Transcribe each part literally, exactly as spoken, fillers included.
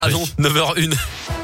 Ah non, neuf heures une.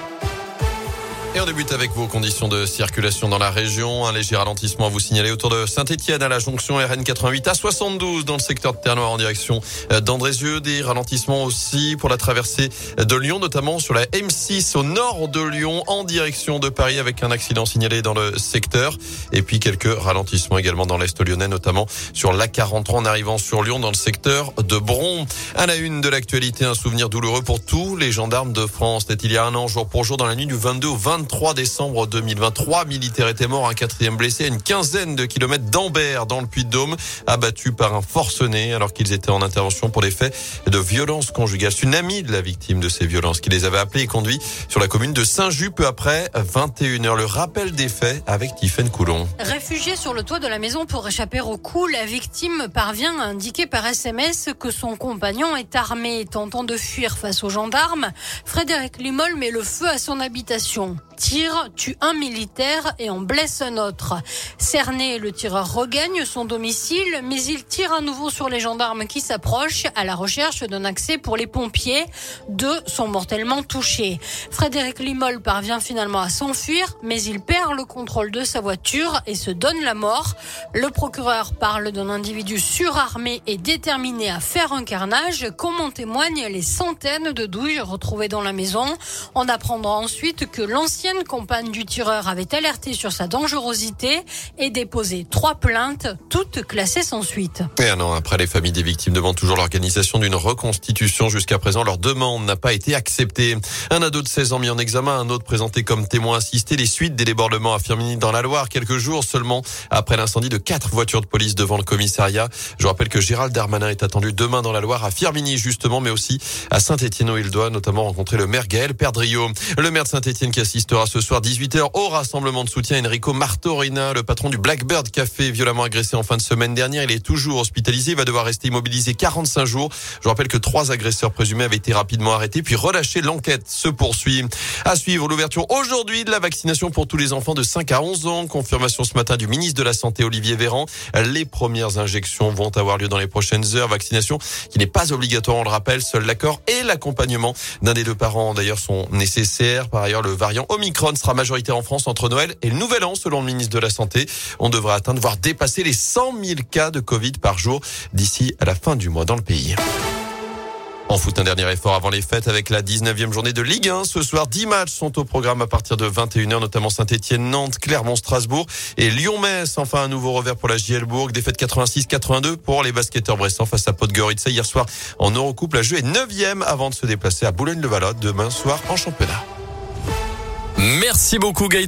Et on débute avec vos conditions de circulation dans la région. Un léger ralentissement à vous signaler autour de Saint-Étienne à la jonction R N quatre-vingt-huit à soixante-douze dans le secteur de Terre-Noire en direction d'Andrézieux. Des ralentissements aussi pour la traversée de Lyon, notamment sur la M six au nord de Lyon en direction de Paris avec un accident signalé dans le secteur. Et puis quelques ralentissements également dans l'Est lyonnais, notamment sur l'A quarante-trois en arrivant sur Lyon dans le secteur de Bron. À la une de l'actualité, un souvenir douloureux pour tous les gendarmes de France. C'était il y a un an, jour pour jour, dans la nuit du vingt-deux au vingt-trois décembre deux mille vingt. Trois militaires étaient morts, un quatrième blessé à une quinzaine de kilomètres d'Ambert dans le Puy-de-Dôme, abattus par un forcené alors qu'ils étaient en intervention pour des faits de violence conjugale. C'est une amie de la victime de ces violences qui les avait appelés et conduits sur la commune de Saint-Just peu après vingt et une heures. Le rappel des faits avec Tiffaine Coulon. Réfugiée sur le toit de la maison pour échapper au coup, la victime parvient à indiquer par S M S que son compagnon est armé. Tentant de fuir face aux gendarmes, Frédéric Limol met le feu à son habitation. Tire, tue un militaire et en blesse un autre. Cerné, le tireur regagne son domicile, mais il tire à nouveau sur les gendarmes qui s'approchent à la recherche d'un accès pour les pompiers. Deux sont mortellement touchés. Frédéric Limol parvient finalement à s'enfuir, mais il perd le contrôle de sa voiture et se donne la mort. Le procureur parle d'un individu surarmé et déterminé à faire un carnage, comme en témoignent les centaines de douilles retrouvées dans la maison. On apprendra ensuite que l'ancien L'ancienne compagne du tireur avait alerté sur sa dangerosité et déposé trois plaintes, toutes classées sans suite. Et un an après, les familles des victimes demandent toujours l'organisation d'une reconstitution. Jusqu'à présent, leur demande n'a pas été acceptée. Un ado de seize ans mis en examen, un autre présenté comme témoin assisté. Les suites des débordements à Firminy dans la Loire, quelques jours seulement après l'incendie de quatre voitures de police devant le commissariat. Je rappelle que Gérald Darmanin est attendu demain dans la Loire, à Firminy justement, mais aussi à Saint-Étienne où il doit notamment rencontrer le maire Gaël Perdriau. Le maire de Saint-Étienne qui assistera ce soir dix-huit heures au rassemblement de soutien Enrico Martorina, le patron du Blackbird Café, violemment agressé en fin de semaine dernière. Il est toujours hospitalisé, il va devoir rester immobilisé quarante-cinq jours. Je rappelle que trois agresseurs présumés avaient été rapidement arrêtés puis relâchés. L'enquête se poursuit. À suivre l'ouverture aujourd'hui de la vaccination pour tous les enfants de cinq à onze ans. Confirmation ce matin du ministre de la Santé Olivier Véran. Les premières injections vont avoir lieu dans les prochaines heures. Vaccination qui n'est pas obligatoire, on le rappelle. Seul l'accord et l'accompagnement d'un des deux parents d'ailleurs sont nécessaires. Par ailleurs, le variant Omicron sera majoritaire en France entre Noël et le Nouvel An, selon le ministre de la Santé. On devrait atteindre, voire dépasser les cent mille cas de Covid par jour d'ici à la fin du mois dans le pays. En foot, un dernier effort avant les fêtes avec la dix-neuvième journée de Ligue un. Ce soir, dix matchs sont au programme à partir de vingt et une heures, notamment Saint-Étienne, Nantes, Clermont, Strasbourg et Lyon-Metz. Enfin, un nouveau revers pour la J L Bourg. Défaite quatre-vingt-six quatre-vingt-deux pour les basketteurs bressans face à Podgorica hier soir en Eurocoupe. La Jeu est neuvième avant de se déplacer à Boulogne-le-Valade demain soir en championnat. Merci beaucoup Gaëtan.